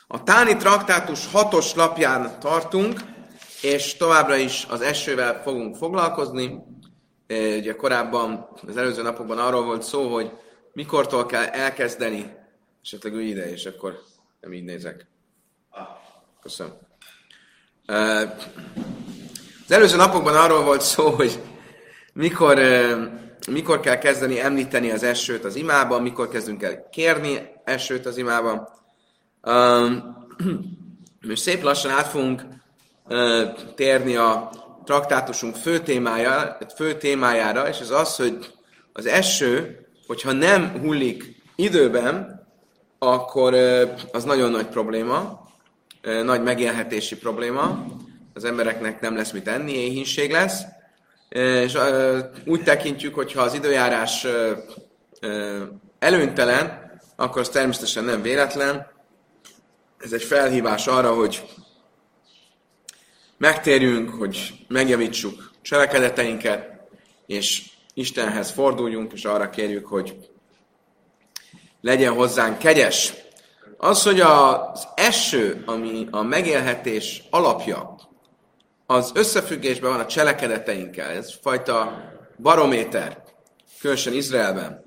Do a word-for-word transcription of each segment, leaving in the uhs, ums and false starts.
A Táni traktátus hatos lapján tartunk, és továbbra is az esővel fogunk foglalkozni. Ugye korábban, az előző napokban arról volt szó, hogy mikortól kell elkezdeni, esetleg ülj ide, és akkor nem így nézek. Köszönöm. Az előző napokban arról volt szó, hogy mikor, mikor kell kezdeni említeni az esőt az imában, mikor kezdünk el kérni esőt az imában. És szép lassan át fogunk térni a traktátusunk fő, témája, fő témájára, és ez az, hogy az eső, hogyha nem hullik időben, akkor az nagyon nagy probléma, nagy megélhetési probléma, az embereknek nem lesz mit enni, éhínség lesz, és úgy tekintjük, hogyha az időjárás előnytelen, akkor az természetesen nem véletlen. Ez egy felhívás arra, hogy megtérjünk, hogy megjavítsuk cselekedeteinket, és Istenhez forduljunk, és arra kérjük, hogy legyen hozzánk kegyes. Az, hogy az eső, ami a megélhetés alapja, az összefüggésben van a cselekedeteinkkel. Ez fajta barométer, különösen Izraelben,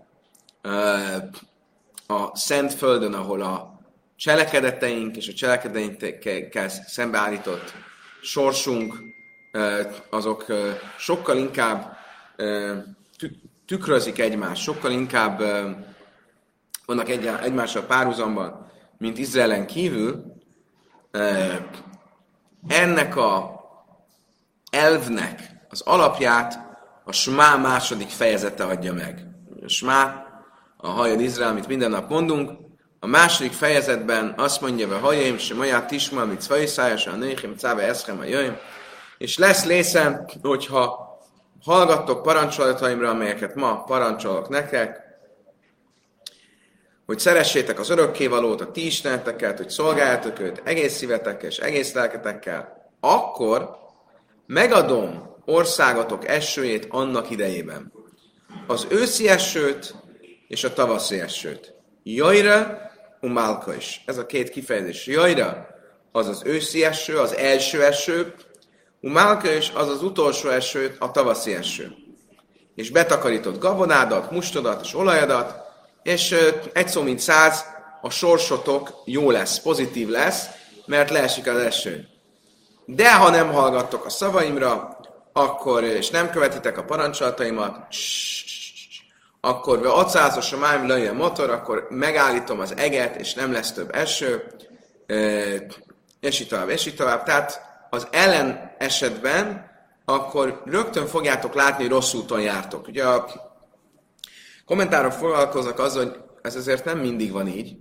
a Szent Földön, ahol a cselekedeteink és a cselekedeteinkkel szembeállított sorsunk, azok sokkal inkább tükrözik egymást, sokkal inkább vannak egymással párhuzamban, mint Izraelen kívül. Ennek a elvnek az alapját a Smá második fejezete adja meg. A Smá, a halljon Izrael, amit minden nap mondunk, a második fejezetben azt mondja, hogy halljaim, se maját tisma, mit szvajszájas, a nőhim, cáve eszkem a jöjjön, és lesz lészem, hogyha hallgattok parancsolataimra, amelyeket ma parancsolok nektek, hogy szeressétek az örökkévalót, a ti isteneteket, hogy szolgáljátok őt egész szívetekkel és egész lelketekkel, akkor megadom országotok esőjét annak idejében. Az őszi esőt és a tavaszi esőt. Jajra, umálka is. Ez a két kifejezés. Jajra az az őszi eső, az első eső, umálka is az az utolsó eső, a tavaszi eső. És betakarított gabonádat, mustodat és olajadat, és egy szó mint száz, a sorsotok jó lesz, pozitív lesz, mert leesik az eső. De ha nem hallgattok a szavaimra, akkor, és nem követitek a parancsolataimat, akkor acázos a májm lőj a motor, akkor megállítom az eget, és nem lesz több eső, és így tovább, és így tovább. Tehát az ellen esetben akkor rögtön fogjátok látni, hogy rossz úton jártok. Ugye a kommentárok foglalkoznak azzal, hogy ez azért nem mindig van így.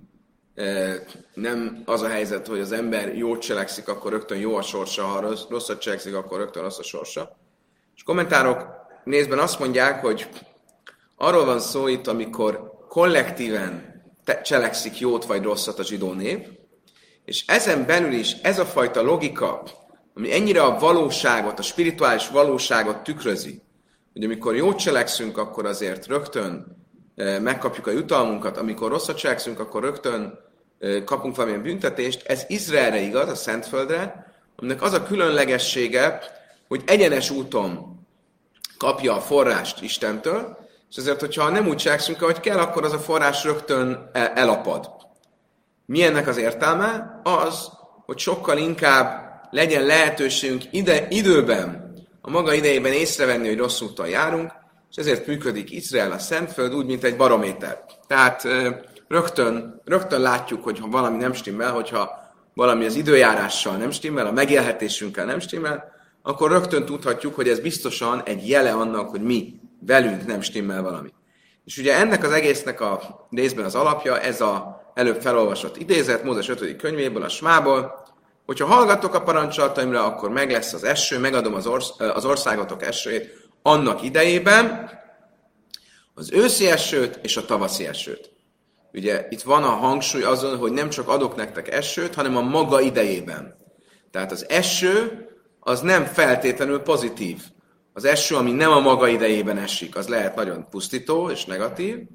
Nem az a helyzet, hogy az ember jót cselekszik, akkor rögtön jó a sorsa, ha rosszat cselekszik, akkor rögtön rossz a sorsa. És kommentárok nézben azt mondják, hogy arról van szó itt, amikor kollektíven te- cselekszik jót vagy rosszat a zsidó nép, és ezen belül is ez a fajta logika, ami ennyire a valóságot, a spirituális valóságot tükrözi, hogy amikor jót cselekszünk, akkor azért rögtön e, megkapjuk a jutalmunkat, amikor rosszat cselekszünk, akkor rögtön e, kapunk valamilyen büntetést. Ez Izraelre igaz, a Szentföldre, aminek az a különlegessége, hogy egyenes úton kapja a forrást Istentől, és ezért, hogyha nem úgy cselekszünk, ahogy kell, akkor az a forrás rögtön elapad. Mi ennek az értelme? Az, hogy sokkal inkább legyen lehetőségünk ide, időben, a maga idejében észrevenni, hogy rossz úton járunk, és ezért működik Izrael, a Szentföld úgy, mint egy barométer. Tehát rögtön, rögtön látjuk, hogy ha valami nem stimmel, hogyha valami az időjárással nem stimmel, a megélhetésünkkel nem stimmel, akkor rögtön tudhatjuk, hogy ez biztosan egy jele annak, hogy mi velünk nem stimmel valami. És ugye ennek az egésznek a részben az alapja, ez a előbb felolvasott idézet, Mózes ötödik könyvéből, a Smából, hogyha hallgatok a parancsolataimra, akkor meg lesz az eső, megadom az, orsz- az országotok esőjét annak idejében, az őszi esőt és a tavaszi esőt. Ugye itt van a hangsúly azon, hogy nem csak adok nektek esőt, hanem a maga idejében. Tehát az eső az nem feltétlenül pozitív. Az eső, ami nem a maga idejében esik, az lehet nagyon pusztító és negatív,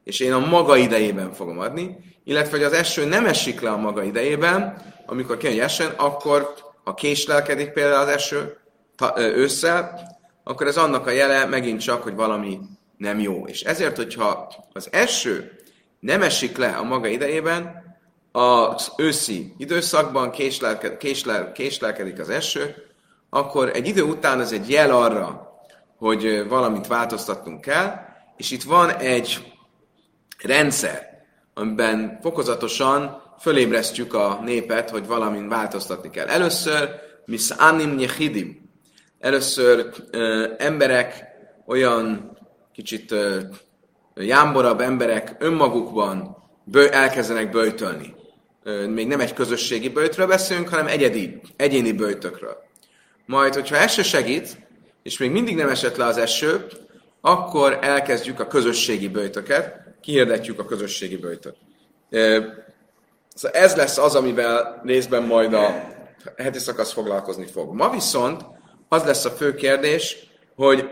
és én a maga idejében fogom adni, illetve hogy az eső nem esik le a maga idejében, amikor kell, hogy essen, akkor ha késlelkedik például az eső ősszel, akkor ez annak a jele megint csak, hogy valami nem jó. És ezért, hogyha az eső nem esik le a maga idejében, az őszi időszakban késlelke, késlel, késlelkedik az eső, akkor egy idő után ez egy jel arra, hogy valamit változtatnunk kell, és itt van egy rendszer, amiben fokozatosan fölébresztjük a népet, hogy valamin változtatni kell. Először mis'anim yechidim. Először ö, emberek, olyan kicsit ö, jámborabb emberek önmagukban bő, elkezdenek böjtölni. Ö, még nem egy közösségi böjtről beszélünk, hanem egyedi, egyéni böjtökről. Majd, hogyha eső segít, és még mindig nem esett le az eső, akkor elkezdjük a közösségi böjtöket, kihirdetjük a közösségi böjtöt. Szóval ez lesz az, amivel részben majd a heti szakasz foglalkozni fog. Ma viszont az lesz a fő kérdés, hogy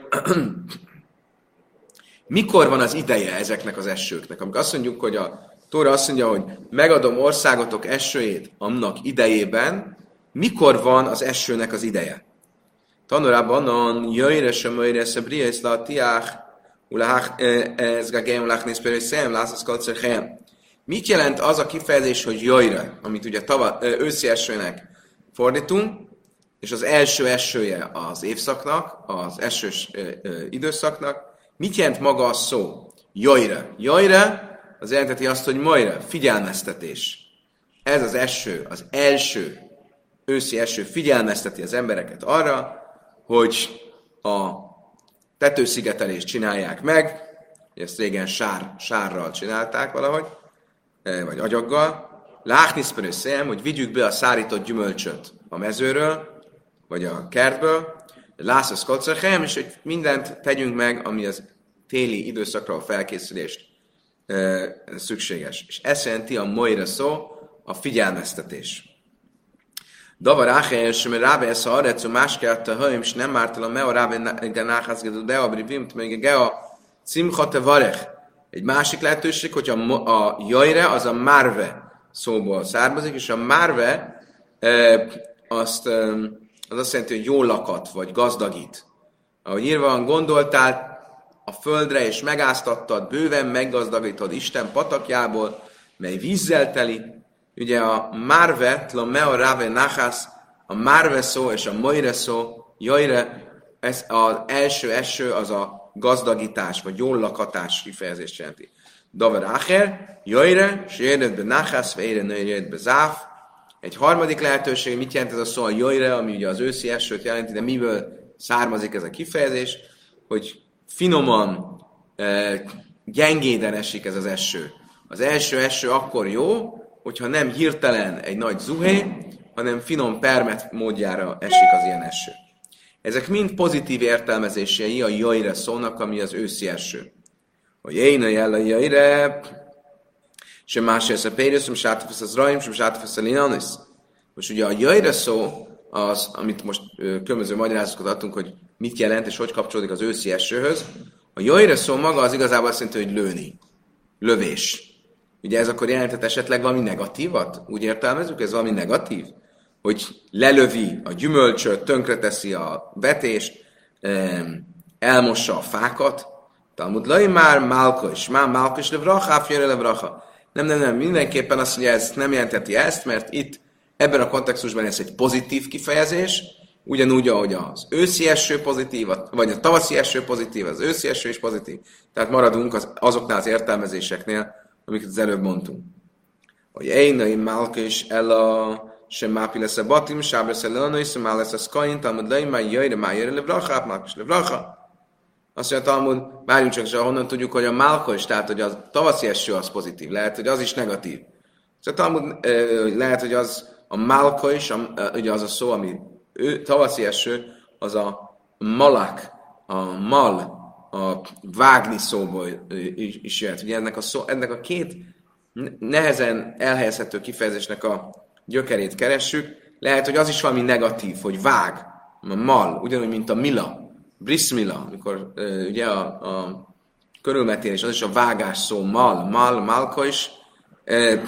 mikor van az ideje ezeknek az esőknek. Amikor azt mondjuk, hogy a Tóra azt mondja, hogy megadom országotok esőjét annak idejében, mikor van az esőnek az ideje? Tanulában on jöjjre sem jöjjre szebria és latiach ulach ez gagem lachnész például szem lászlasz kalcerhem. Mit jelent az a kifejezés, hogy jöjjre, amit ugye tava, őszi esőnek fordítunk, és az első esője az évszaknak, az esős ö, ö, időszaknak. Mit jelent maga a szó? Jöjjre. Jöjjre az jelenteti azt, hogy majra, figyelmeztetés. Ez az eső, az első őszi eső figyelmezteti az embereket arra, hogy a tetőszigetelést csinálják meg, ezt régen sár, sárral csinálták valahogy, vagy agyaggal, láchniszperő szem, hogy vigyük be a szárított gyümölcsöt a mezőről, vagy a kertből, lászlasz kocachem, és hogy mindent tegyünk meg, ami az téli időszakra a felkészülést e, szükséges. És ez jelenti a moira szó, a figyelmeztetés. Davar áher, sem rábe ez a arecu máskelt a hőm, és nem mártal a meo rábe náházgedő deabri vimt, még a cimchate varech. Egy másik lehetőség, hogy a, a jajre, az a márve szóból származik, és a márve e, azt, e, az azt jelenti, hogy jól lakat, vagy gazdagít. Ahogy írva van, gondoltál a földre, és megáztattad, bőven meggazdagítod Isten patakjából, mely vízzel teli. Ugye a márve, tlomeo rave nachász, a márve szó és a moire szó, jajre, ez az első eső, az a gazdagítás, vagy jól lakatás kifejezést jelenti. Davar áher, jajre, s jöjjön be nachász, ve jöjjön be záv. Egy harmadik lehetőség, mit jelent ez a szó a jajre, ami ugye az őszi esőt jelenti, de miből származik ez a kifejezés, hogy finoman, e, gyengéden esik ez az eső. Az első eső akkor jó, hogyha nem hirtelen egy nagy zuhé, hanem finom permet módjára esik az ilyen eső. Ezek mind pozitív értelmezései a jajre szónak, ami az őszi eső. A jajna jel a jajre, sem más ez a pérjös, sem sátafasz az rajim, sem sátafasz a linanis. Most ugye a jajre szó, az, amit most ö, különböző magyarázatokat adtunk, hogy mit jelent és hogy kapcsolódik az őszi esőhöz. A jajre szó maga az igazából azt jelenti, hogy lőni. Lövés. Ugye ez akkor jelentett esetleg valami negatívat? Úgy értelmezzük, ez valami negatív? Hogy lelövi a gyümölcsöt, tönkreteszi a vetést, elmossa a fákat. Talmud lai már málka is, már málka is levracha, áfjére levracha. Nem, nem, nem, mindenképpen azt mondja, ez nem jelenteti ezt, mert itt ebben a kontextusban ez egy pozitív kifejezés, ugyanúgy, ahogy az őszi eső pozitív, vagy a tavaszi eső pozitív, az őszi eső is pozitív. Tehát maradunk az, azoknál az értelmezéseknél, amiket az előbb mondtunk. Hogy Einai Málka is el a sem mápi lesz a batim, sábra szelelana, és már lesz a szkain, talmud lej, már jöjjre, már jöjjre levracha, Málka is levracha. Azt mondja, talmud, várjunk csak, és honnan tudjuk, hogy a Málka is, tehát hogy a tavaszi eső az pozitív, lehet, hogy az is negatív. Szóval talmud, lehet, hogy az a Málka is, ugye az a szó, ami ő, tavaszi eső, az a malak, a mal, a vágni szóból is jöhet. Ugye ennek a, szó, ennek a két nehezen elhelyezhető kifejezésnek a gyökerét keressük. Lehet, hogy az is valami negatív, hogy vág, a mal, ugyanúgy, mint a mila, briszmila, amikor ugye a, a körülmetélés, az is a vágás szó, mal, mal, malka is, e,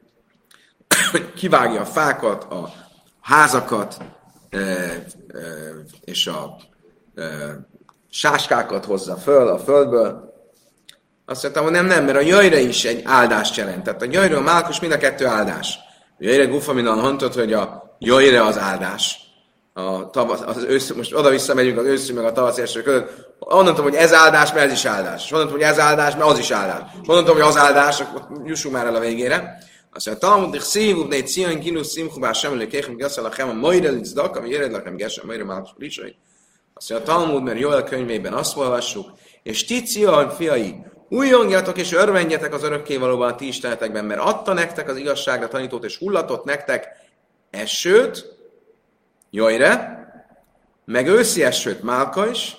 kivágja a fákat, a házakat, e, e, és a e, sáskákat hozza föl a földből. Azt mondtam, hogy nem, nem, mert a jöjre is egy áldást jelent. Tehát a jöjre, a málkus mind a kettő áldás. A jöjre gufaminal mondtad, hogy a jöjre az áldás. A tavasz, az ősz, most oda-vissza megyünk az őszű meg a tavasz első között. Mondtam, hogy ez áldás, mert ez is áldás. És mondtam, hogy ez áldás, mert az is áldás. És mondtam, hogy az áldás, akkor jussunk már el a végére. Azt mondja, Talmud, szívub, de egy szíven, gilus, szimchubás, semmelő, kéchem, gasszal, a hema, majre, licdak, ami jöred lakem, gessem, majre, málkus, lisai. Azt mondja, a Talmud, mert Joel könyvében azt olvassuk, és ti, Cion fiai, újongjatok és örvendjetek az örökkévalóban a ti istenetekben, mert adta nektek az igazságra tanítót, és hullatott nektek esőt, Jajre, meg őszi esőt Málka is,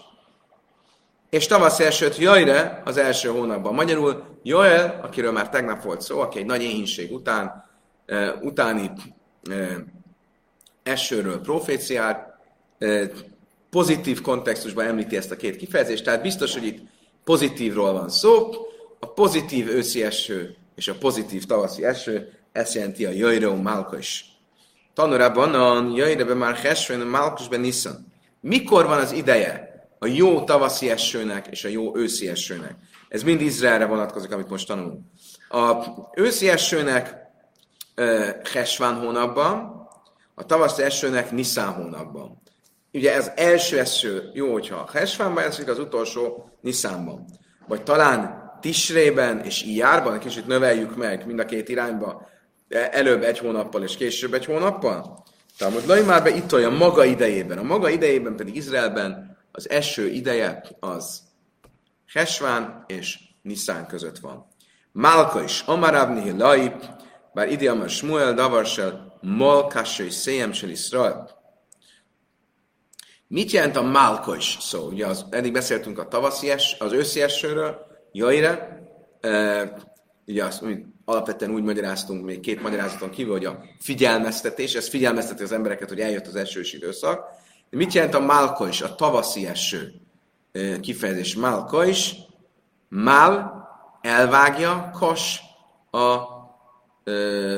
és tavaszi esőt Jajre az első hónapban. Magyarul Joel, akiről már tegnap volt szó, aki egy nagy éhínség után, uh, utáni uh, esőről proféciált, uh, pozitív kontextusban említi ezt a két kifejezést, tehát biztos, hogy itt pozitívról van szó. A pozitív őszi eső és a pozitív tavaszi eső, ezt jelenti a Jajre Málka is. Tanulában a Jajrebe már Hesvén, a Málkusben Niszan. Mikor van az ideje a jó tavaszi esőnek és a jó őszi esőnek? Ez mind Izraelre vonatkozik, amit most tanulunk. A őszi esőnek uh, Hesván hónapban, a tavaszi esőnek Niszán hónapban. Ugye ez első eső jó, hogyha Hesvánban eszik, az utolsó Niszánban. Vagy talán Tisrében és Ijárban, kicsit növeljük meg mind a két irányba, előbb egy hónappal és később egy hónappal. Tehát most Lajmár be itt olyan maga idejében. A maga idejében pedig Izraelben az eső ideje az Hesván és Niszán között van. Málka is. Amarabni Lai, bár ide amar Shmuel davarsel mol kassai széjemsel Iszrael. Mit jelent a Málka is szó? Ugye az, eddig beszéltünk a tavaszi es, az őszi esőről, Jajre, e, ugye azt alapvetően úgy magyaráztunk, még két magyarázaton kívül, hogy a figyelmeztetés, ez figyelmezteti az embereket, hogy eljött az esős időszak. De mit jelent a Málka is, a tavaszi eső kifejezés? Málka is, Mál elvágja, Kos a ö,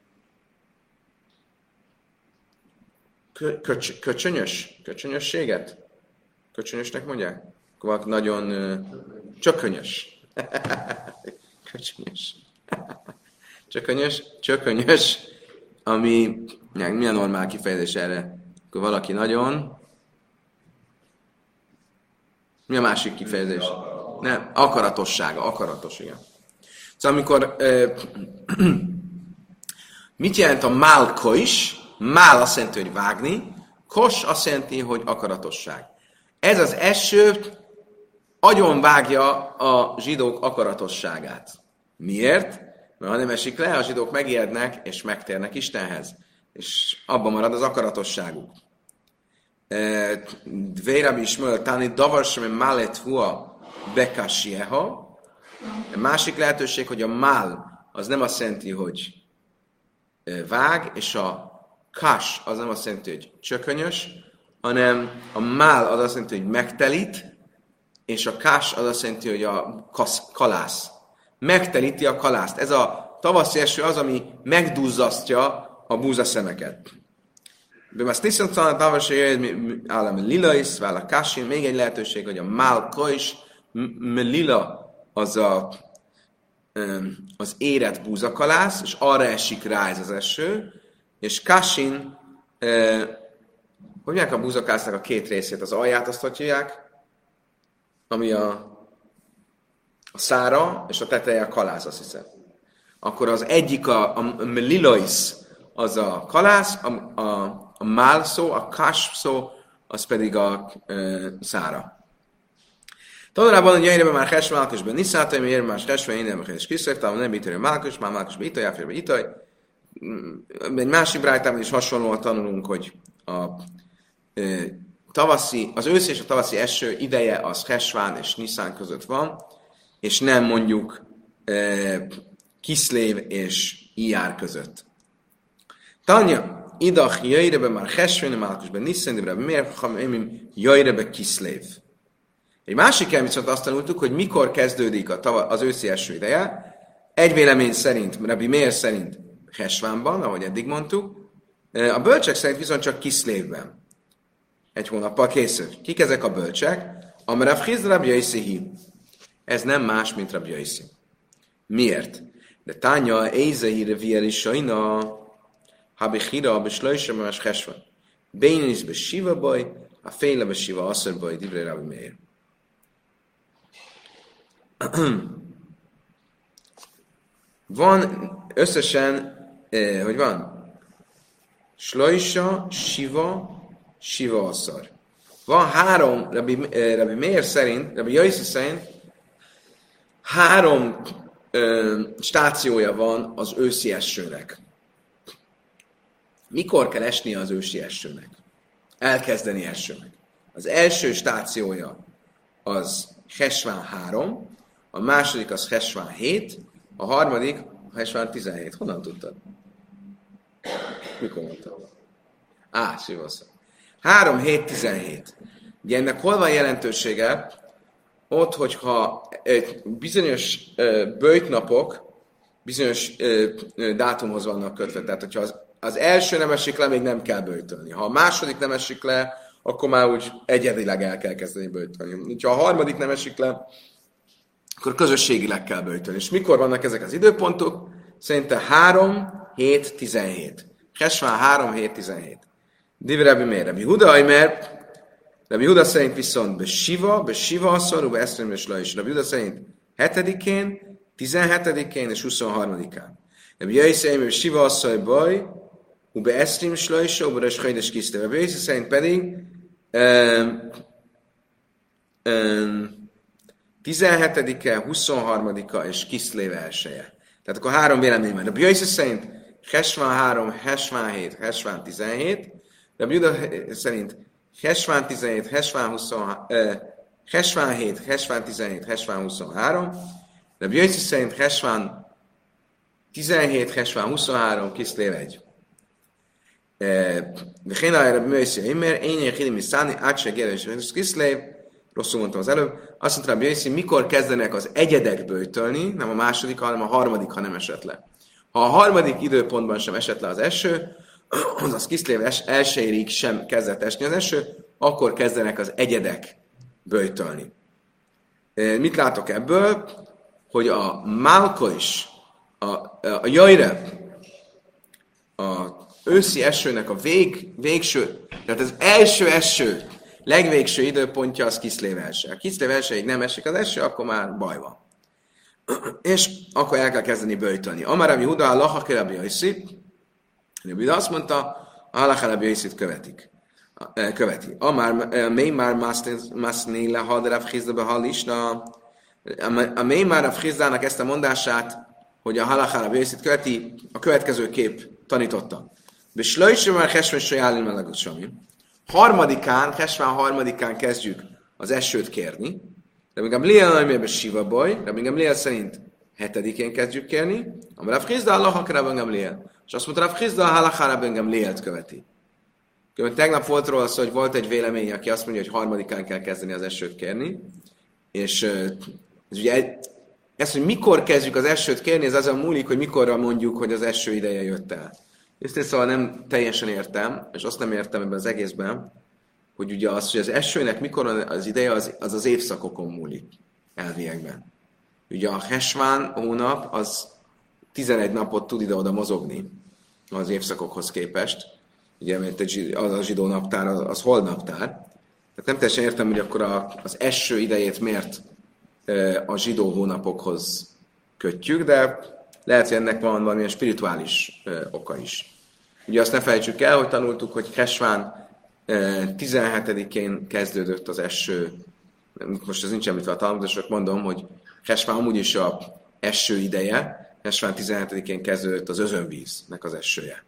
köcs, köcsönyös, köcsönyösséget? Köcsönyösnek mondják? Valaki nagyon ö, csökönyös. Köcsönyös. Csökönyös, csökönyös, ami, mi a normál kifejezés erre? Akkor valaki nagyon... Mi a másik kifejezés? Nem, akaratossága, akaratos, igen. Szóval amikor... Euh, mit jelent a málka is? Mál azt jelenti, hogy vágni, kos azt jelenti, hogy akaratosság. Ez az eső agyon vágja a zsidók akaratosságát. Miért? Mert ha nem esik le, a zsidók megijednek és megtérnek Istenhez. És abban marad az akaratosságuk. Dvérabi Ismöl, táni davarsem málet hua bekasieha. A másik lehetőség, hogy a mál az nem azt jelenti, hogy vág, és a kas az nem azt jelenti, hogy csökönyös, hanem a mál az azt jelenti, hogy megtelít, és a kas az azt jelenti, hogy a kasz, kalász. Megtelíti a kalászt. Ez a tavaszi eső az, ami megduzzasztja a búzaszemeket. De azt viszont a tavaszi állam lila is, vála kasin, még egy lehetőség, hogy a málka is, lila az a, az érett búzakalász, és arra esik rá ez az eső, és kasin, eh, hogy mondják a búzakalásznak a két részét, az alját azt hívják, ami a, a szára, és a teteje a kalász, azt hiszem. Akkor az egyik a, a, a lilois, az a kalász, a, a, a mál szó, a kas szó, az pedig a e, szára. Tanulában, hogy jöjjön már Hes Málkusban Niszátai, mert jöjjön már Hesben, én nem és kiszögtem, nemítőre Málkus, már Málkusban Itaj, Jáférben Itaj. Egy másik brájtában is hasonlóan tanulunk, hogy a e, tavaszi, az ősz és a tavaszi eső ideje az Hesván és Niszán között van, és nem mondjuk e, Kiszlév és Ijár között. Tanya, idach jöjjrebe már Hesvén, Málkusban Niszán, de miért hamim jöjjrebe Kiszlév. Egy másik el viszont azt tanultuk, hogy mikor kezdődik a tava, az őszi eső ideje. Egy vélemény szerint, Rabbi Meir szerint Hesvánban, ahogy eddig mondtuk, a bölcsek szerint viszont csak Kiszlévben. Egy hónappal készül. Kik ezek a bölcsek? A Rav Chizda Rabbi Yossi. Ez nem más, mint Rabbi Yossi. Miért? De tánya ézehire vieli sajna, habi hira, beslöjse, más Hesván. Bénis be siva baj, a féle be siva asszor baj, divrei Rabbi Meir. Van összesen, eh, hogy van? Slajsa, siva, siva asszor. Van három, Rabbi, eh, Rabbi Meir szerint, Rabbi Yossi szerint, három eh, stációja van az őszi esőnek. Mikor kell esnie az őszi esőnek? Elkezdeni esőnek. Az első stációja az Hesván három, a második az Hesván hét, a harmadik Hesván tizenhét. Honnan tudtad? Mikor mondtad? Á, sivasz. három, hét, tizenhét. Ugye ennek hol van jelentősége? Ott, hogyha bizonyos böjtnapok bizonyos dátumhoz vannak kötve. Tehát, hogyha az, az első nem esik le, még nem kell böjtölni. Ha a második nem esik le, akkor már úgy egyedileg el kell kezdeni böjtölni. Ha a harmadik nem esik le, akkor közösségileg kell böjtölni. És mikor vannak ezek az időpontok? Szerintem három, hét, tizenhét. Hesván három, hét, tizenhét. Divi Rabbi Meir. Rabbi Huda Aimer, Rabbi Huda szerint viszont be siva, be siva asszor, be esztrém és la is. Rabbi Huda szerint hetedikén, tizenhetedikén és huszonharmadikán. Rabbi Yossi Aimer, siva asszor baj, be esztrém és la is, be es hajdes kiszte. Rabbi Yossi szerint pedig um, um, tizenhetedike, huszonharmadika és Kiszlév elsője. Tehát akkor három vélemény van. Rabbi Yossi szerint Hesván három, Hesván hét, Hesván tizenhét. Rabbi Huda szerint Hesván tizenhét, Hesván huszonhárom, eh, Hesván hét, Hesván tizenhét, Hesván huszonhárom. Rabbi Yossi szerint Hesván tizenhét, Hesván huszonhárom, Kiszlév egy. De Hénálj Rabbi Yossi Aimer, én ilyen hírim is szállni, átsegére és Kiszlév. Rosszul mondtam az előbb. Azt mondta Rabbi Yossi, mikor kezdenek az egyedek böjtölni, nem a második, hanem a harmadik, ha nem esett le. Ha a harmadik időpontban sem esett le az eső, azaz Kiszlév elsőjéig sem kezdett esni az eső, akkor kezdenek az egyedek böjtölni. Mit látok ebből? Hogy a Málko is, a, a Jajre, a őszi esőnek a vég, végső, tehát az első eső, legvégső időpontja az Kiszlév első. A Kiszlév elsőig nem esik az eső, akkor már baj van. És akkor el kell kezdeni böjtölni. Amár Rabbi Huda, Allaha Rabbi Yossi, Rabbi Huda azt mondta, a Allaha Rabbi Yossit követik. Követi. Amár, mely már maszné lehad Rav Chizda behal isna, a mely már Rav Chizdának ezt a mondását, hogy a Allaha Rabbi Yossit követi, a következő kép tanította. Beslöjtsön már Hesván sajálin melegut sami. Harmadikán, Hesván harmadikán kezdjük az esőt kérni, de még a Gamliel nagymérbe siva baj, de még a Gamliel szerint hetedikén kezdjük kérni, a Rav Chizda Allahak Rabban Gamliel. És azt mondta, Rav Chizda Halakha Rabban Gamlielt követi. Tegnap volt róla szó, hogy volt egy vélemény, aki azt mondja, hogy harmadikán kell kezdeni az esőt kérni, és ez ugye ez, hogy mikor kezdjük az esőt kérni, ez azon múlik, hogy mikorra mondjuk, hogy az eső ideje jött el. Ezt szóval nem teljesen értem, és azt nem értem ebben az egészben, hogy ugye az, hogy az esőnek mikor az ideje, az az, az évszakokon múlik elviekben. Ugye a Hesván hónap az tizenegy napot tud ide-oda mozogni az évszakokhoz képest. Ugye, mert az a zsidó naptár, az, az holdnaptár. Tehát nem teljesen értem, hogy akkor a, az eső idejét miért e, a zsidó hónapokhoz kötjük, de lehet, hogy ennek van valamilyen spirituális e, oka is. Ugye azt ne felejtsük el, hogy tanultuk, hogy Hesván tizenhetedikén kezdődött az eső, most ez nincs említve a Talmud, de csak mondom, hogy Hesván amúgy is az eső ideje, Hesván tizenhetedikén kezdődött az özönvíznek az esője.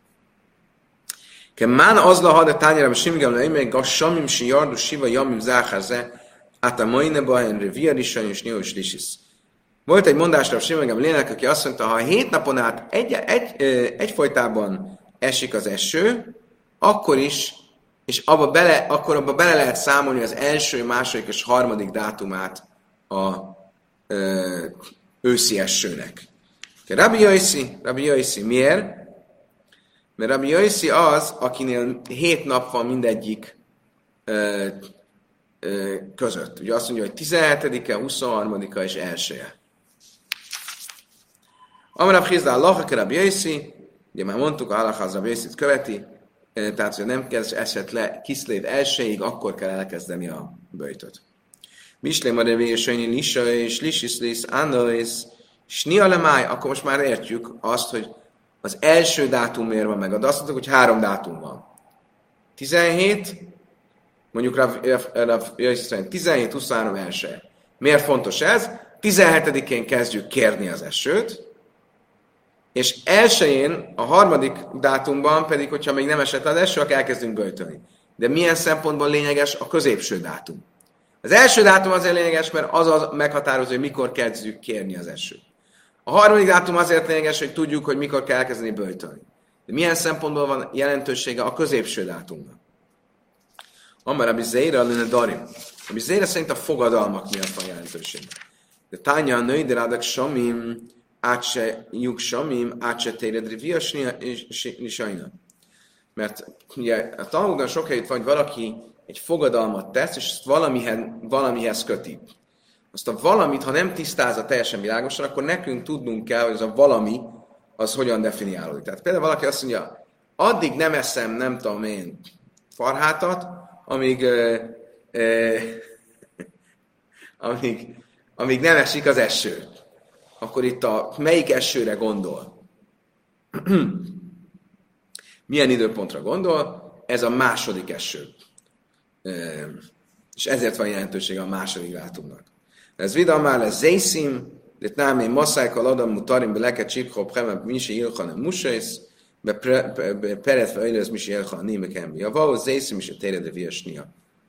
Kemán az lahad a tányára, simigam leimeg, gassamim si jardu siva jamim záháze, át a maineba, enre viarisany és nyilvos lisisz. Volt egy mondásra a simigam lélek, aki azt mondta, ha hét napon át egy, egy, egy, egyfolytában esik az eső, akkor is és abba bele, akkor abba bele lehet számolni az első, második és harmadik dátumát a ö, őszi esőnek. Rabbi Yossi, Rabbi Yossi miért? Mert Rabbi Yossi az, akinél hét nap van mindegyik ö, ö, között. Ugye azt mondja, hogy tizenhetedike, huszonharmadika és elsője. Amarab Chizdá, Lachak Rabbi Yossi, ugye már mondtuk, a halakha az Rabbi Yossit követi, tehát, hogy nem kezd eset le Kiszlév elsőig, akkor kell elkezdeni a böjtöt. Mislém a revéjesőnyi lisa és lisiszlész, annois, snialemáj, akkor most már értjük azt, hogy az első dátum miért van meg. De azt mondtuk, hogy három dátum van. tizenhét, mondjuk tizenhét, huszonhárom első. Miért fontos ez? tizenhetedikén kezdjük kérni az esőt, és elsőjén, a harmadik dátumban pedig, hogyha még nem esett az eső, akkor elkezdünk böjtölni. De milyen szempontból lényeges a középső dátum? Az első dátum azért lényeges, mert az az meghatározó, hogy mikor kezdjük kérni az esőt. A harmadik dátum azért lényeges, hogy tudjuk, hogy mikor kell elkezdeni böjtölni. De milyen szempontból van jelentősége a középső dátumnak? Amár Rabbi Zeira lenne Darim. Rabbi Zeira szerint a fogadalmak miatt van jelentősége. De tánya a női, de rádak samim, átse juk samim, átse téred riviasnia és sajna. Mert ugye a Talmudban sok helyütt van, hogy valaki egy fogadalmat tesz, és ezt valamihez, valamihez köti. Azt a valamit, ha nem tisztázza teljesen világosan, akkor nekünk tudnunk kell, hogy az a valami, az hogyan definiálódik. Tehát például valaki azt mondja, addig nem eszem, nem tudom én, farhátat, amíg, euh, euh, amíg, amíg nem esik az eső. Akkor itt a melyik esőre gondol? Milyen időpontra gondol? Ez a második eső. És ezért van jelentősége a második dátumnak. Ez vidam már lesz zészim, de nem én masszájkal adom mutarim be leket csipkó premep misi ilchanem musész, be peretve öjlőz misi ilchanem némekem. Ja, való zészim is a téredre viasnia.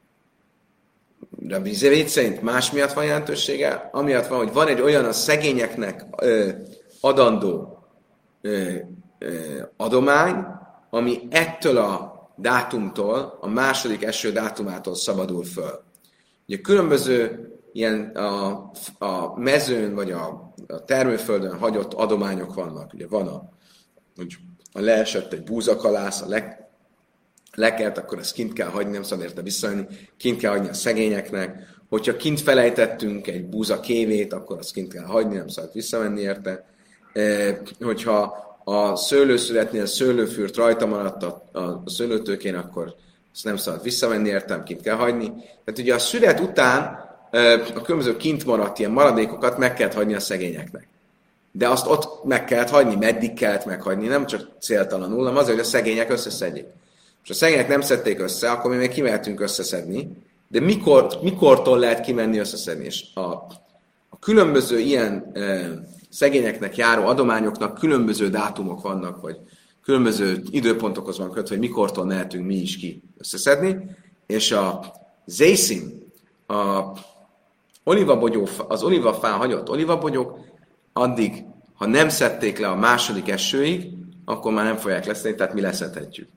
Rabbi Zeira szerint más miatt van jelentősége, amiatt van, hogy van egy olyan a szegényeknek ö, adandó ö, ö, adomány, ami ettől a dátumtól, a második eső dátumától szabadul föl. Ugye különböző ilyen a, a mezőn vagy a, a termőföldön hagyott adományok vannak. Ugye van a, hogy a leesett egy búzakalász, a le, lekelt, akkor ezt kint kell hagyni, nem szabad érte visszajönni, kint kell hagyni a szegényeknek. Hogyha kint felejtettünk egy búza kévét, akkor azt kint kell hagyni, nem szabad visszamenni érte. E, hogyha a szőlőszületnél a szőlőfürt rajta maradt a, a szőlőtőkén, akkor azt nem szabad visszamenni értem, kint kell hagyni. Tehát ugye a szület után e, a különböző kint maradt ilyen maradékokat meg kellett hagyni a szegényeknek. De azt ott meg kellett hagyni, meddig kellett meghagyni, nem csak céltalanul, hanem azért, hogy a szegények összeszedjék. És a szegények nem szedték össze, akkor mi még kimehetünk összeszedni, de mikor, mikortól lehet kimenni összeszedni? És a, a különböző ilyen e, szegényeknek járó adományoknak különböző dátumok vannak, vagy különböző időpontokhoz van kötve, hogy mikortól mehetünk mi is ki összeszedni, és a zészim, a olivabogyó, az olivafán hagyott olivabogyók, addig, ha nem szedték le a második esőig, akkor már nem fogják leszedni, tehát mi leszedhetjük.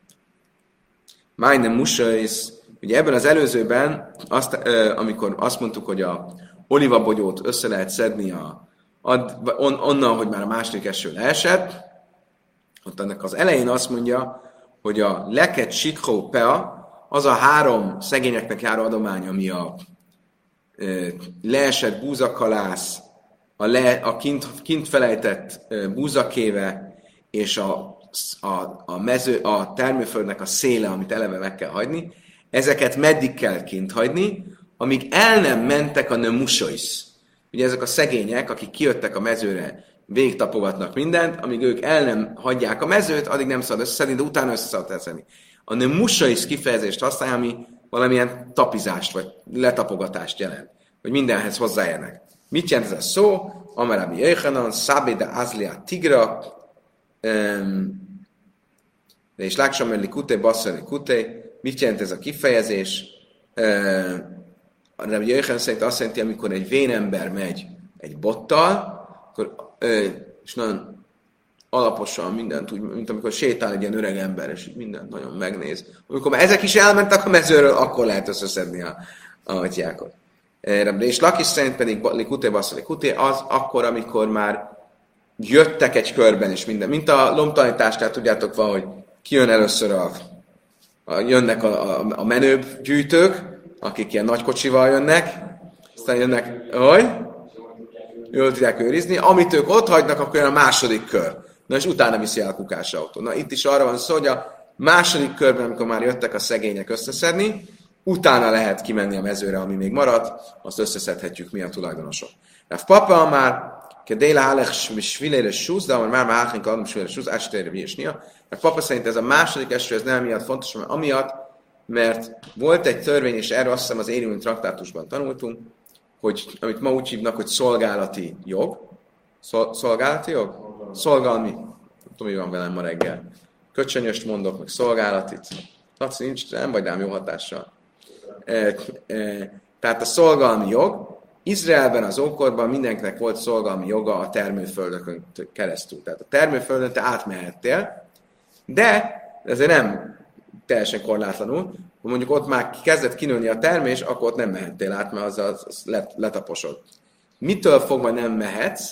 Májnem musaisz, ugye ebben az előzőben, azt, amikor azt mondtuk, hogy a olivabogyót össze lehet szedni a, ad, on, onnan, hogy már a második eső leesett, ott ennek az elején azt mondja, hogy a leket sikhó pea, az a három szegényeknek járó adomány, ami a e, leesett búzakalász, a, le, a kint, kint felejtett e, búzakéve, és a A, a, mező, a termőföldnek a széle, amit eleve meg kell hagyni, ezeket meddig kell kint hagyni, amíg el nem mentek a nömusois. Ugye ezek a szegények, akik kijöttek a mezőre, végigtapogatnak mindent, amíg ők el nem hagyják a mezőt, addig nem szabad összeszedni, de utána össze szabad teszeni. A nömusois kifejezést használja, ami valamilyen tapizást, vagy letapogatást jelent, hogy mindenhez hozzáérnek. Mit jelent ez a szó? Amarabi Jöjhanan, Szabéda Azlia Tigra, Um, de és láksam elli kuté, basszani kuté. Mit jelent ez a kifejezés? Uh, Rabbi Jöjjön szerint azt jelenti, amikor egy vénember megy egy bottal, akkor, uh, és nagyon alaposan mindent, úgy, mint amikor sétál egy ilyen öreg ember, és mindent nagyon megnéz. Amikor már ezek is elmentek a mezőről, akkor lehet összeszedni a, a atyákat. És Lakis szerint pedig likuté basszali kuté az akkor, amikor már jöttek egy körben és minden. Mint a lomtalanítás, tehát tudjátok van, hogy kijön először a, a jönnek a, a, a menőbb gyűjtők, akik ilyen nagy kocsival jönnek, aztán jönnek, hogy jól tudják őrizni, amit ők ott hagynak, akkor jön a második kör. Na és utána viszi el a kukás autó. Na itt is arra van szó, hogy a második körben, amikor már jöttek a szegények összeszedni, utána lehet kimenni a mezőre, ami még maradt, azt összeszedhetjük mi a tulajdonosok. Rav Papa már kedéla hálech svilére súsz, de már már háchenk adom svilére súsz, ástérre viesnia. Rav Papa szerint ez a második eső, ez nem miatt fontos, mert amiatt, mert volt egy törvény, és erről azt hiszem az Érintő traktátusban tanultunk, hogy amit ma úgy hívnak, hogy szolgálati jog. Szol, szolgálati jog? Szolgalmi. Nem tudom, mi van velem ma reggel. Köcsönyöst mondok, meg szolgálatit. Laci, nincs, nem vagy rám jó hatással. E, e, tehát a szolgalmi jog, Izraelben az ókorban mindenkinek volt szolgalmi joga a termőföldökön keresztül. Tehát a termőföldön te átmehettél, de ezért nem teljesen korlátlanul. Mondjuk ott már kezdett kinőni a termés, akkor ott nem mehettél át, mert az, az, az let, letaposod. Mitől fogva nem mehetsz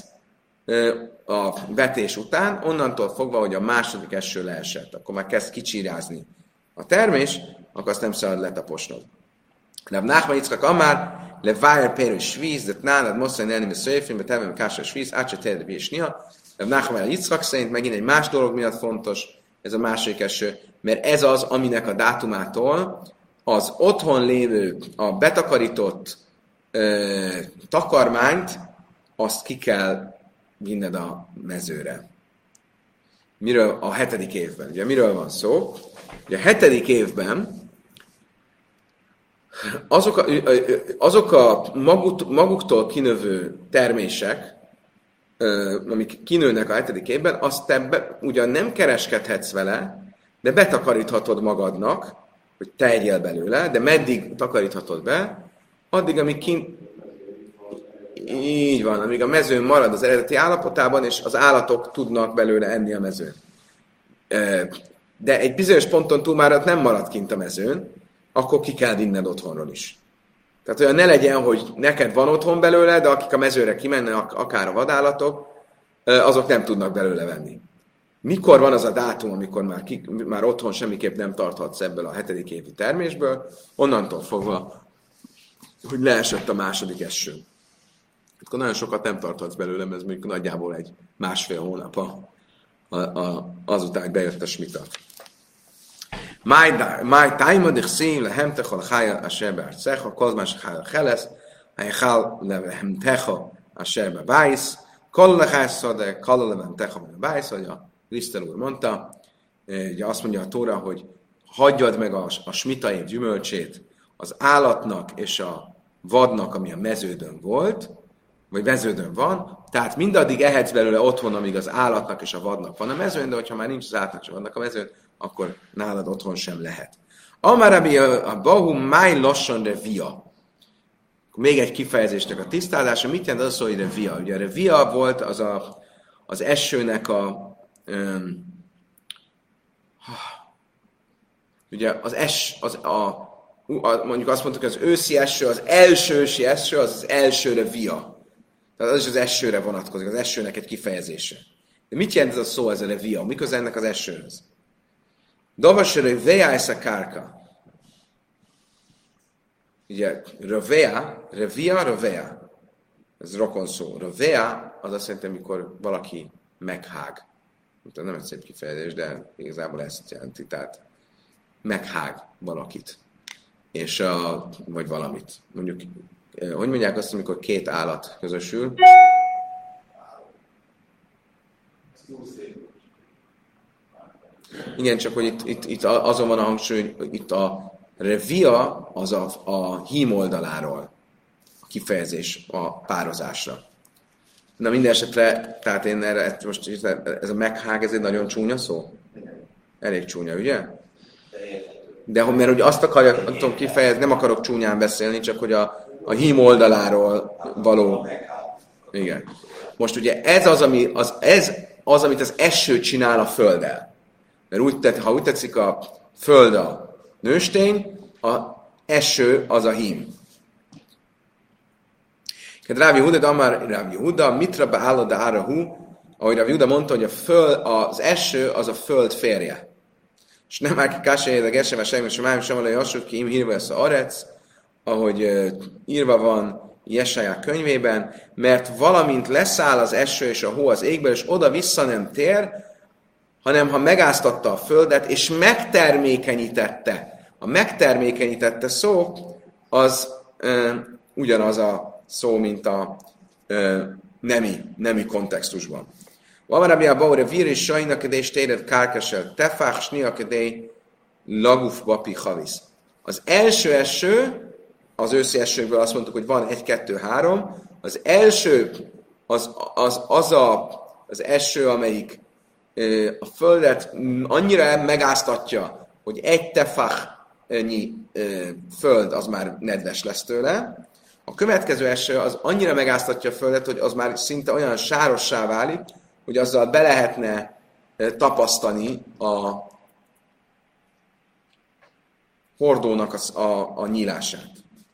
a vetés után? Onnantól fogva, hogy a második eső leesett. Akkor már kezd kicsírázni a termés, akkor azt nem szabad letaposnod. Rav Nachman Yitzchak Amár, le vájer pérő svíz, de nálad mosztani elném a szöjfén, mert elvém a kásra svíz, át se térde és nia. Rav Nachman Yitzchak szerint megint egy más dolog miatt fontos, ez a második eső, mert ez az, aminek a dátumától az otthon lévő, a betakarított ö, takarmányt, azt ki kell vinned a mezőre. Miről? A hetedik évben. Ugye miről van szó? Ugye a hetedik évben azok a, azok a maguk, maguktól kinövő termések, amik kinőnek a hetedik évben, azt te be, ugyan nem kereskedhetsz vele, de betakaríthatod magadnak, hogy te egyél belőle, de meddig takaríthatod be? Addig, amíg kint... Így van, amíg a mezőn marad az eredeti állapotában, és az állatok tudnak belőle enni a mezőn. De egy bizonyos ponton túl már nem marad kint a mezőn, akkor ki kell vinned otthonról is. Tehát olyan ne legyen, hogy neked van otthon belőle, de akik a mezőre kimennek, akár a vadállatok, azok nem tudnak belőle venni. Mikor van az a dátum, amikor már, ki, már otthon semmiképp nem tarthatsz ebből a hetedik évi termésből, onnantól fogva, hogy leesett a második eső. Akkor nagyon sokat nem tarthatsz belőle, ez mondjuk nagyjából egy másfél hónap a, a, a, azután, hogy bejött a smita. Máj tájmadik szív lehemtecha lehajjal a sebe arcecha, kozmás lehajjal helesz, hajjal lehemtecha a sebe bájsz, kol lehajszade, kol lehemtecha a bájsz, ahogy a Krisztel úr mondta, ugye azt mondja a Tóra, hogy hagyjad meg a, a smita év gyümölcsét az állatnak és a vadnak, ami a meződön volt, vagy meződön van, tehát mindaddig ehetsz belőle otthon, amíg az állatnak és a vadnak van a mezőn, de hogyha már nincs az állatnak és a vadnak a mezőn, akkor nálad otthon sem lehet. Amarabi a Bahu máj lassan revia. Még egy kifejezésnek a tisztázása. Mit jelent az, hogy revia? Ugye a revia volt az a, az esőnek a um, ugye az es, az a, a, mondjuk azt mondtuk, hogy az őszi eső, az első ősi eső, az az első revia. Tehát az is az esőre vonatkozik, az esőnek egy kifejezése. De mit jelent ez a szó, ez a revia? Mi köze ennek az esőhöz? Dovas revea ez a kárka. Ugye, revea, revia, revea. Ez rokon szó. Revea, az azt jelenti, amikor valaki meghág. Nem egy szép kifejezés, de igazából ezt jelenti. Tehát meghág valakit. És a, vagy valamit. Mondjuk, hogy mondják azt, amikor két állat közösül? Igen, csak hogy itt, itt, itt azon van a hangsúly, hogy itt a revia az a, a hím oldaláról a kifejezés a pározásra. Na minden esetre, tehát én erre, most ez a meghág, ez egy nagyon csúnya szó? Elég csúnya, ugye? De mert hogy azt akarja, nem tudom kifejezni, nem akarok csúnyán beszélni, csak hogy a, a hím oldaláról való... Igen. Most ugye ez az, ami, az, ez az, amit az eső csinál a földdel. Mert úgy tett, ha úgy tetszik, a föld a nőstény, a eső az a hím. Ráv Yehuda, de Amár Ráv Yehuda, mitra beállod a árahu, ahogy Ráv Yehuda mondta, hogy a föld, az eső az a föld férje. És nem áll ki kásélyedeg esem, és semmi sem állj, sem alaj assuk ki, im hírva lesz a arec, ahogy uh, írva van Jesaja könyvében, mert valamint leszáll az eső és a hó az égből, és oda-vissza nem tér, hanem ha megáztatta a földet, és megtermékenyítette. A megtermékenyítette szó, az uh, ugyanaz a szó, mint a uh, nemi, nemi kontextusban. Van rabbi Abaure vír és sajnak és téred kárkesel tefach sniakedé laguf bapi havisz. Az első eső, az őszi esőkből azt mondtuk, hogy van egy, kettő, három. Az első az az, az, a, az eső, amelyik ö, a földet annyira megáztatja, hogy egy tefachnyi ö, föld az már nedves lesz tőle. A következő eső az annyira megáztatja a földet, hogy az már szinte olyan sárossá válik, hogy azzal be lehetne tapasztani a hordónak a, a, a nyílását.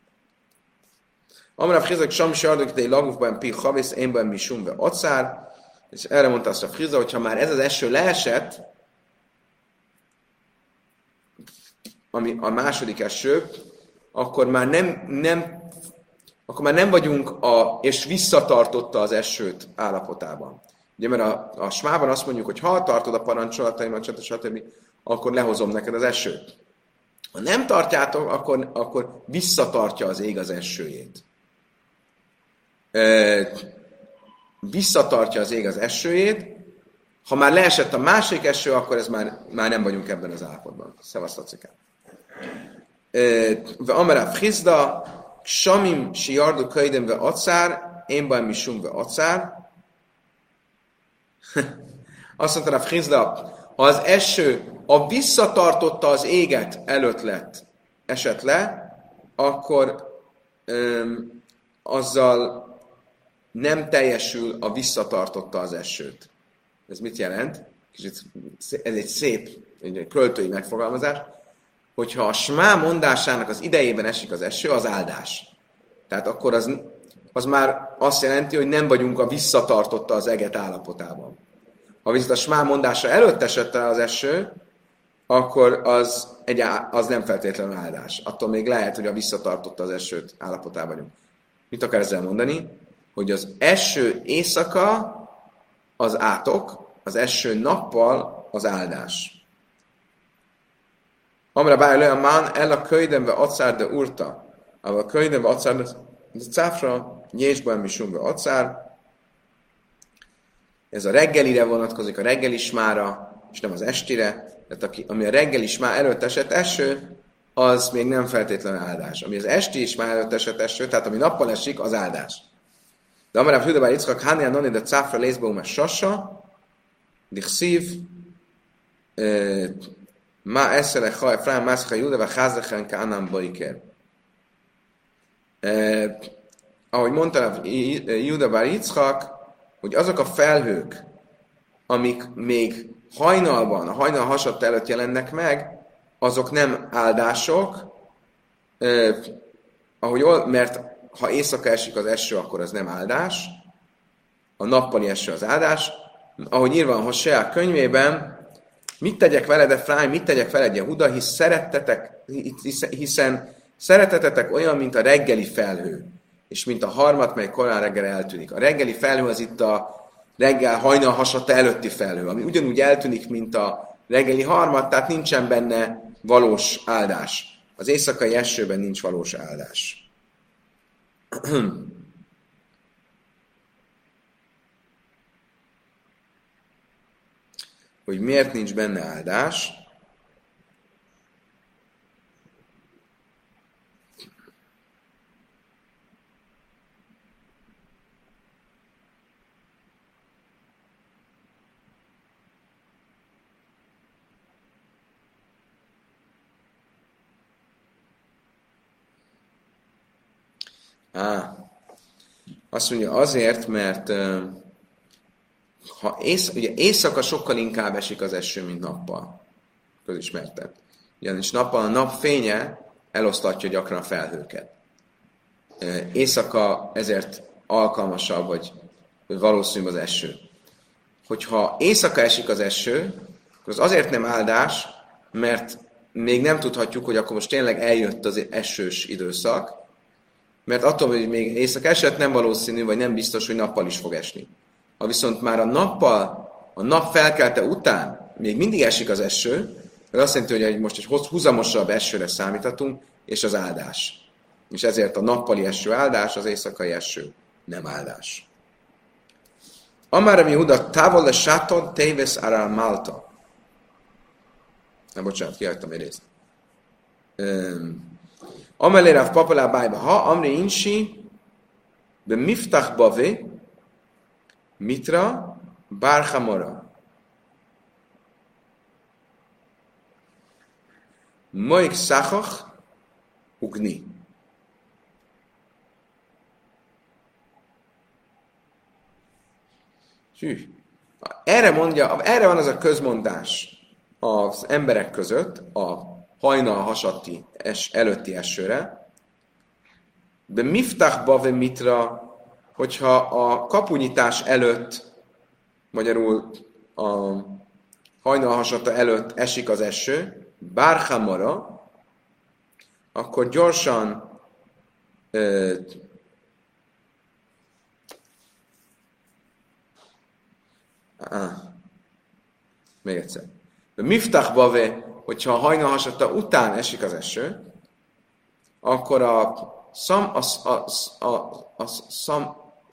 Amarav Chizak Sam Sardokitei Lagufban Pi Havész, Énben mi Sumbe Acár, és erre mondta azt a Friza, hogy ha már ez az eső leesett, ami a második eső, akkor már nem, nem akkor már nem vagyunk a, és visszatartotta az esőt állapotában. Ugye, mert a, a smában azt mondjuk, hogy ha tartod a parancsolataimat, stb. stb., akkor lehozom neked az esőt. Ha nem tartjátok, akkor, akkor visszatartja az ég az esőjét. E, visszatartja az ég az esőjét. Ha már leesett a másik eső, akkor ez már, már nem vagyunk ebben az állapotban. Szevasztacikán. Ve Amarav Chizda, Samim si jardu köjdem ve acár, én bajm mi sum ve acár. Azt mondta Rav Chizda, ha az eső a visszatartotta az éget előtt lett, esett le, akkor öm, azzal nem teljesül a visszatartotta az esőt. Ez mit jelent? Kicsit, ez egy szép, egy költői megfogalmazás, hogyha a smá mondásának az idejében esik az eső, az áldás. Tehát akkor az, az már azt jelenti, hogy nem vagyunk a visszatartotta az eget állapotában. Ha viszont a smá mondása előtt esett el az eső, akkor az, egy, az nem feltétlenül áldás. Attól még lehet, hogy a visszatartotta az esőt állapotában vagyunk. Mit akar ezzel mondani? Hogy az eső éjszaka az átok, az eső nappal az áldás. Amra báj le a mán, el a köjdembe acár de urta. A köjdembe acár de cáfra, nyésben mi sumbe acár. Ez a reggelire vonatkozik, a reggeli smára, és nem az estire. Tehát aki, ami a reggeli smá előtt esett eső, az még nem feltétlenül áldás. Ami az esti smá előtt esett eső, tehát ami nappal esik, az áldás. De amarább Hüdebár Yitzchak, Hánián Noni, de cáfra lészbaum sassa, dichszív, ma eszele ha Efraim mászka Júda, vagy házlechen kánám bajker. Ahogy mondta Júda bár Yitzchak, hogy azok a felhők, amik még hajnalban, a hajnal hasadt előtt jelennek meg, azok nem áldások, eh, ahogy, mert ha éjszaka esik az eső, akkor az nem áldás, a nappali eső az áldás. Ahogy írva a Hosea könyvében, mit tegyek veled, Efraim, mit tegyek veled, Jehuda, hisz szerettetek, hiszen szeretetetek olyan, mint a reggeli felhő, és mint a harmat, mely korán reggel eltűnik. A reggeli felhő az itt a reggel hajnal hasadta előtti felhő, ami ugyanúgy eltűnik, mint a reggeli harmat, tehát nincsen benne valós áldás. Az éjszakai esőben nincs valós áldás. Hogy miért nincs benne áldás? Á, azt mondja, azért, mert uh, ha ész, ugye éjszaka sokkal inkább esik az eső, mint nappal. Közismerted. Ugyanis nappal a napfénye elosztatja gyakran a felhőket. Éjszaka ezért alkalmasabb, vagy valószínűbb az eső. Hogyha éjszaka esik az eső, akkor az azért nem áldás, mert még nem tudhatjuk, hogy akkor most tényleg eljött az esős időszak, mert attól, hogy még éjszaka esett, nem valószínű, vagy nem biztos, hogy nappal is fog esni. Ha viszont már a nappal, a nap felkelte után még mindig esik az eső, ez azt jelenti, hogy most egy húzamosabb esőre számíthatunk, és az áldás. És ezért a nappali eső áldás, az éjszakai eső nem áldás. Amára mi Huda távol le sáton tévesz arál Malta. Na, bocsánat, kihagytam egy részt. Amelé Rav Papa lá bájba. Ha amri insi be miftach bavé mitra bárhamora. Moik szachach ugni. Hű. Erre mondja, erre van az a közmondás az emberek között, a hajnal hasatti es, előtti esőre, de miftach bave mitra, hogyha a kapunyitás előtt, magyarul a hajnal hasatta előtt esik az eső, bárhamara, akkor gyorsan ö, Ah, még egyszer. De miftach bave, hogyha a hajnal hasatta után esik az eső, akkor a szam, a, a, a, a, szam,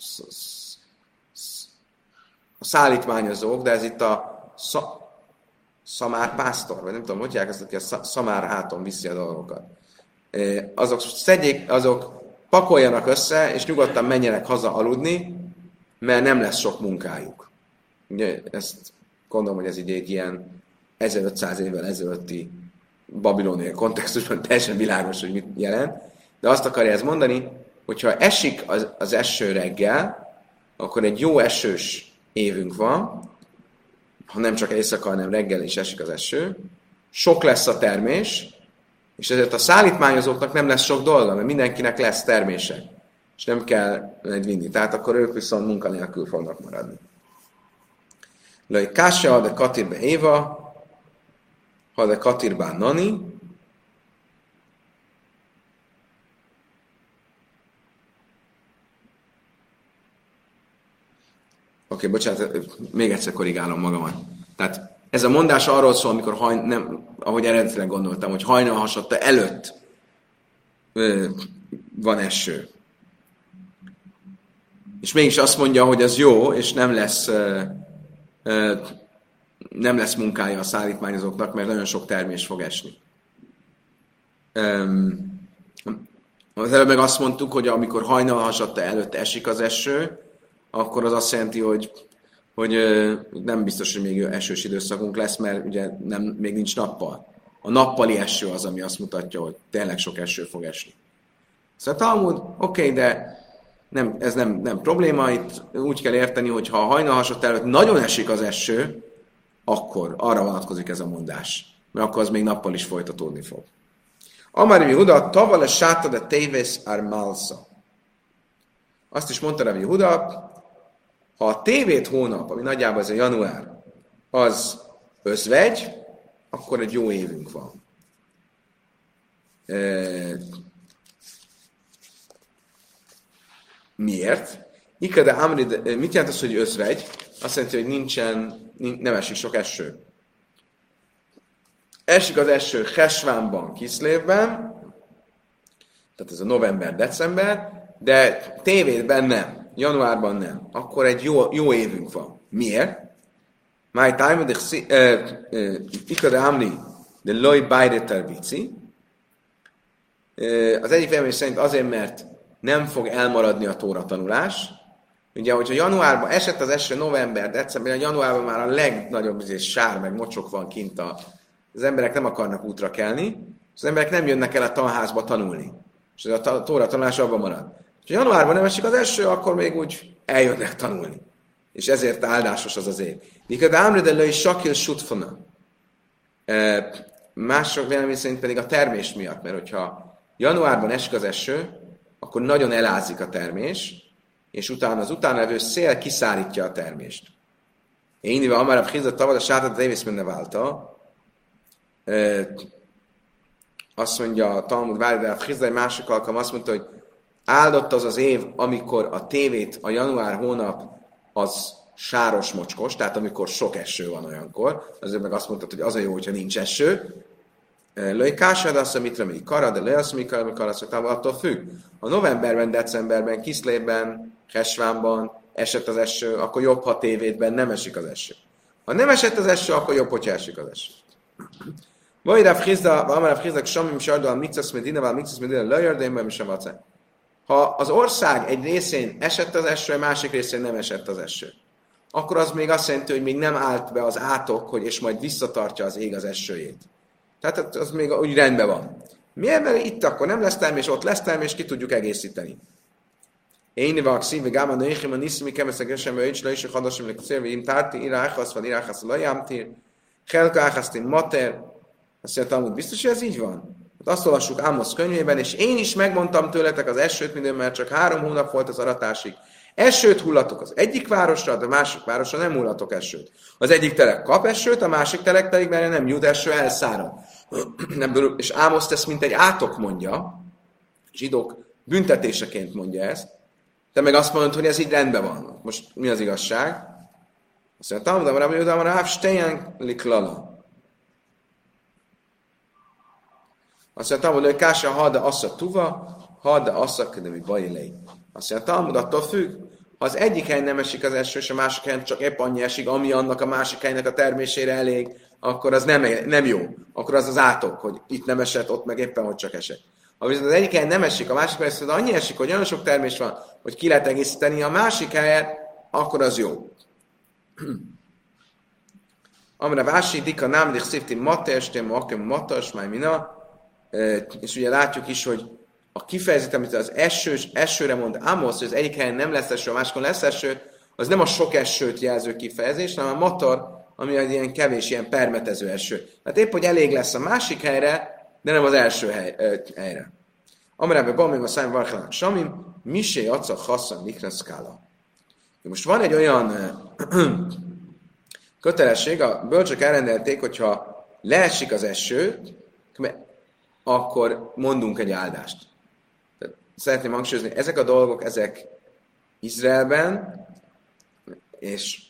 a szállítmányozók, de ez itt a sza, szamár pásztor, vagy nem tudom, hogy hívják ezt, aki a szamár háton viszi a dolgokat. Azok szedjék, azok pakoljanak össze, és nyugodtan menjenek haza aludni, mert nem lesz sok munkájuk. Ugye, ezt gondolom, hogy ez így egy ilyen ezerötszáz évvel ezelőtti babiloniai kontextusban teljesen világos, hogy mit jelent. De azt akarja ez mondani, hogyha esik az, az eső reggel, akkor egy jó esős évünk van, ha nem csak éjszaka, hanem reggel is esik az eső, sok lesz a termés, és ezért a szállítmányozóknak nem lesz sok dolga, mert mindenkinek lesz termése, és nem kell egy vinni. Tehát akkor ők viszont munkanélkül fognak maradni. Lőj kása, de katirbe éva, ha de katirbán nani, oké, okay, bocsánat, még egyszer korrigálom magamat. Tehát ez a mondás arról szól, amikor hajn, nem, ahogy eredetileg gondoltam, hogy hajnal hasadta előtt ö, van eső. És mégis azt mondja, hogy az jó, és nem lesz ö, ö, nem lesz munkája a szállítmányozóknak, mert nagyon sok termés fog esni. Um, az előbb meg azt mondtuk, hogy amikor hajnal hasadta előtt esik az eső, akkor az azt jelenti, hogy, hogy nem biztos, hogy még esős időszakunk lesz, mert ugye nem, még nincs nappal. A nappali eső az, ami azt mutatja, hogy tényleg sok eső fog esni. Szóval Talmud, oké, okay, de nem, ez nem, nem probléma, itt úgy kell érteni, hogy ha a hajnal hasadt előtt nagyon esik az eső, akkor arra vonatkozik ez a mondás. Mert akkor az még nappal is folytatódni fog. Amár Huda, tavaly a sáta de tévész ár malsza. Azt is mondta Rabbi Huda, ha a tévét hónap, ami nagyjából ez a január, az özvegy, akkor egy jó évünk van. E... Miért? Ikade Amri, mit jelent az, hogy özvegy? Azt jelenti, hogy nincsen, nem esik sok eső. Esik az eső Hesvánban, Kiszlévben, tehát ez a november-december, de tévében nem, januárban nem. Akkor egy jó, jó évünk van. Miért? My time de Ikade Amri, de Loi Bajre Terbici. Az egyik vélemény szerint azért, mert nem fog elmaradni a tóra tanulás. Ugye, hogyha januárban esett az eső, november, december, januárban már a legnagyobb sár, meg mocsok van kint, a, az emberek nem akarnak útra kelni, és az emberek nem jönnek el a tanházba tanulni. És a tóra tanulás abban marad. Ha januárban nem esik az eső, akkor még úgy eljönnek tanulni. és ezért áldásos az az év. Mikor ámredellő is sakil sutfona. Mások vélemény szerint pedig a termés miatt, mert hogyha januárban esik az eső, akkor nagyon elázik a termés, és utána az utána levő szél kiszárítja a termést. Én mivel amarabb hízott tavad a sátat, de évész menne válta. Azt mondja a Talmud Várj, de a Hizda egy másik alkalom azt mondta, hogy áldott az az év, amikor a tévét, a január hónap az sáros mocskos, tehát amikor sok eső van olyankor, azért meg azt mondtad, hogy az a jó, hogyha nincs eső. Löj kásad azt, amit reméli kara, de löj azt, amit kara, attól függ. Ha novemberben, decemberben, Kiszlében, Hesvánban esett az eső, akkor jobb, ha tévétben nem esik az eső. Ha nem esett az eső, akkor jobb, hogyha esik az eső. Vagy Rav Hizda, Amar Rav Hizda, Samim Sardal, Miccasz Medina, Val Miccasz Medina, Löjördénben, mi sem vace. Ha az ország egy részén esett az eső, a másik részén nem esett az eső, akkor az még azt jelenti, hogy még nem állt be az átok, hogy és majd visszatartja az ég az esőjét. Tehát az még úgy rendben van. Miért? Mert itt akkor nem lesz termés, ott lesz termés, ki tudjuk egészíteni. Én vak szívi gáma nőjém a niszmi kemeszek esembe, hogy le is a hadasom le szélvi, im tárti, iráhasz van, iráhasz lajámtír, helka áhasztin mater. Azt mondja, hogy biztos, hogy ez így van? Hát azt olvassuk Ámosz könyvében, és én is megmondtam tőletek az esőt minden, mert csak három hónap volt az aratásig. Esőt hullatok az egyik városra, de a másik városra nem hullatok esőt. Az egyik telek kap esőt, a másik telek pedig, mert nem jut eső, elszárad. És Ámosz ezt mint egy átok mondja, zsidók büntetéseként mondja ezt, te meg azt mondod, hogy ez így rendben van. Most mi az igazság? Azt mondja, Talmud Amar Rabbi Yehuda Amar Rav Steyan liklala. Azt mondja, Talmud, hogy kása hada assza tuva, hada assza kedemi bajilei. Azt mondja, Talmud attól függ, ha az egyik helyen nem esik az eső, és a másik helyen csak épp annyi esik, ami annak a másik helynek a termésére elég, akkor az nem, nem jó. Akkor az az átok, hogy itt nem esett, ott meg éppen, hogy csak esett. Ha viszont az egyik helyen nem esik, a másik helyen viszont annyi esik, hogy olyan sok termés van, hogy ki lehet egészíteni a másik helyet, akkor az jó. Amire vási, dika nem dik szívti matestem, akem matas, majd mina. És ugye látjuk is, hogy a kifejezet, amit az esős, esőre mond Ámosz, hogy az egyik helyen nem lesz eső, a másikon lesz eső, az nem a sok esőt jelző kifejezés, hanem a matar, ami egy ilyen kevés, ilyen permetező eső. Hát épp, hogy elég lesz a másik helyre, de nem az első hely, ö, helyre. Amerában van még a szájm varchalán samim, misé aca hasszan likren szkála. Most van egy olyan ö, kötelesség, a bölcsök elrendelték, hogyha leesik az eső, akkor mondunk egy áldást. Tehát szeretném hangsúlyozni, ezek a dolgok, ezek Izraelben, és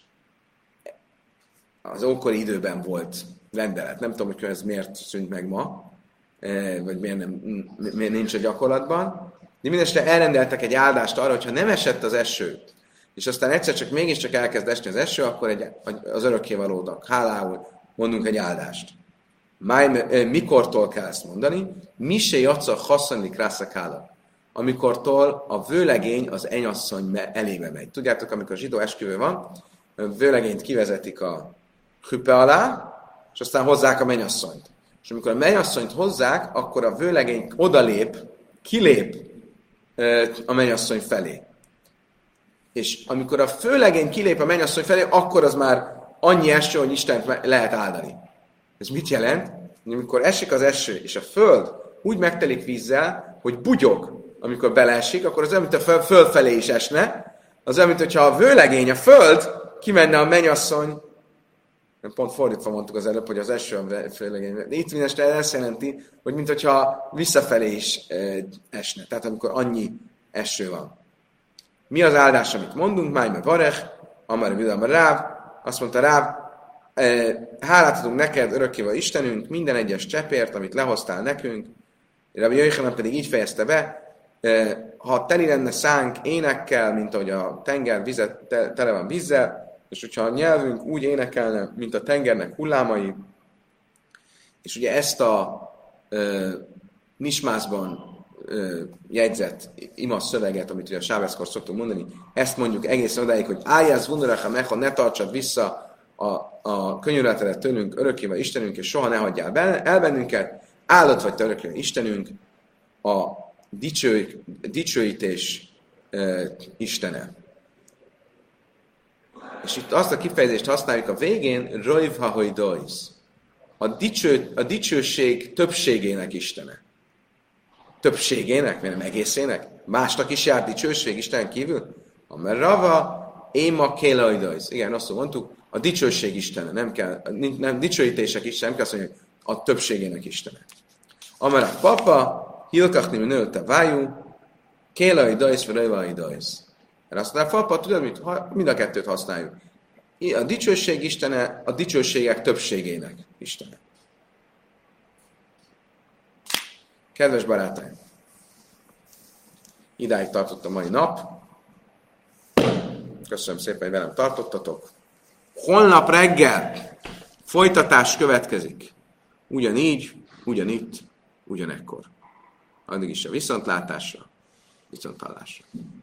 az ókori időben volt rendelet. Nem tudom, hogy ez miért szűnt meg ma, vagy miért, nem, miért nincs a gyakorlatban. De mindestre elrendeltek egy áldást arra, hogyha nem esett az eső, és aztán egyszer csak mégiscsak elkezd esni az eső, akkor egy, az örökkévalónak hálául mondunk egy áldást. Máj, mikortól kell ezt mondani? Misé jatsza haszonlik rászakála. Amikortól a vőlegény az enyasszony elébe megy. Tudjátok, amikor a zsidó esküvő van, a vőlegényt kivezetik a hüppe alá, és aztán hozzák a mennyasszonyt. És amikor a mennyasszonyt hozzák, akkor a vőlegény odalép, kilép a mennyasszony felé. És amikor a főlegény kilép a mennyasszony felé, akkor az már annyi eső, hogy Istent lehet áldani. Ez mit jelent? Amikor esik az eső, és a föld úgy megtelik vízzel, hogy bugyog, amikor beleesik, akkor az olyan, mint a föl, fölfelé is esne, az olyan, mint hogyha a vőlegény, a föld kimenne a mennyasszony, pont fordítva mondtuk az előbb, hogy az eső a főlegény. De itt mindestre ezt jelenti, hogy mint hogyha visszafelé is esne. Tehát amikor annyi eső van. Mi az áldás, amit mondunk? Májme varech, amar vidam ráv, azt mondta ráv, hálát adunk neked, örökkévaló Istenünk, minden egyes cseppért, amit lehoztál nekünk. Rabbi Jöjjhanan pedig így fejezte be, ha teli lenne szánk énekkel, mint ahogy a tenger vizet, tele van vízzel, és hogyha a nyelvünk úgy énekelne, mint a tengernek hullámai, és ugye ezt a uh, Mismászban uh, jegyzett ima szöveget, amit ugye a Sábeszkor szoktunk mondani, ezt mondjuk egészen odáig, hogy ájász vundoracha mecha, ne tartsad vissza a, a könyörületedet tőlünk, örökkévaló Istenünk, és soha ne hagyjál el bennünket, áldott vagy te örökkévaló Istenünk, a dicső, dicsőítés uh, Istene. És itt azt a kifejezést használjuk a végén, Rojv Hahoy Dojsz. A, dicső, a dicsőség többségének istene. Többségének, mert nem egészének? Másnak is jár dicsőség Isten kívül? Amer Rava, Éma Kélaj Dojsz. Igen, azt mondtuk, a dicsőség istene, nem kell, nem, dicsőítések istene, nem kell azt mondani, a többségének istene. Amer a papa, Hilkachni nőlte vájú, Kélaj Dojsz, vagy Rojvai Dojsz. Mert azt mondja, a papa, tudod mit? Mind a kettőt használjuk. A dicsőség istene, a dicsőségek többségének istene. Kedves barátaim! Idáig tartott a mai nap. Köszönöm szépen, hogy velem tartottatok. Holnap reggel folytatás következik. Ugyanígy, ugyanitt, ugyanekkor. Addig is a viszontlátásra, viszonthallásra.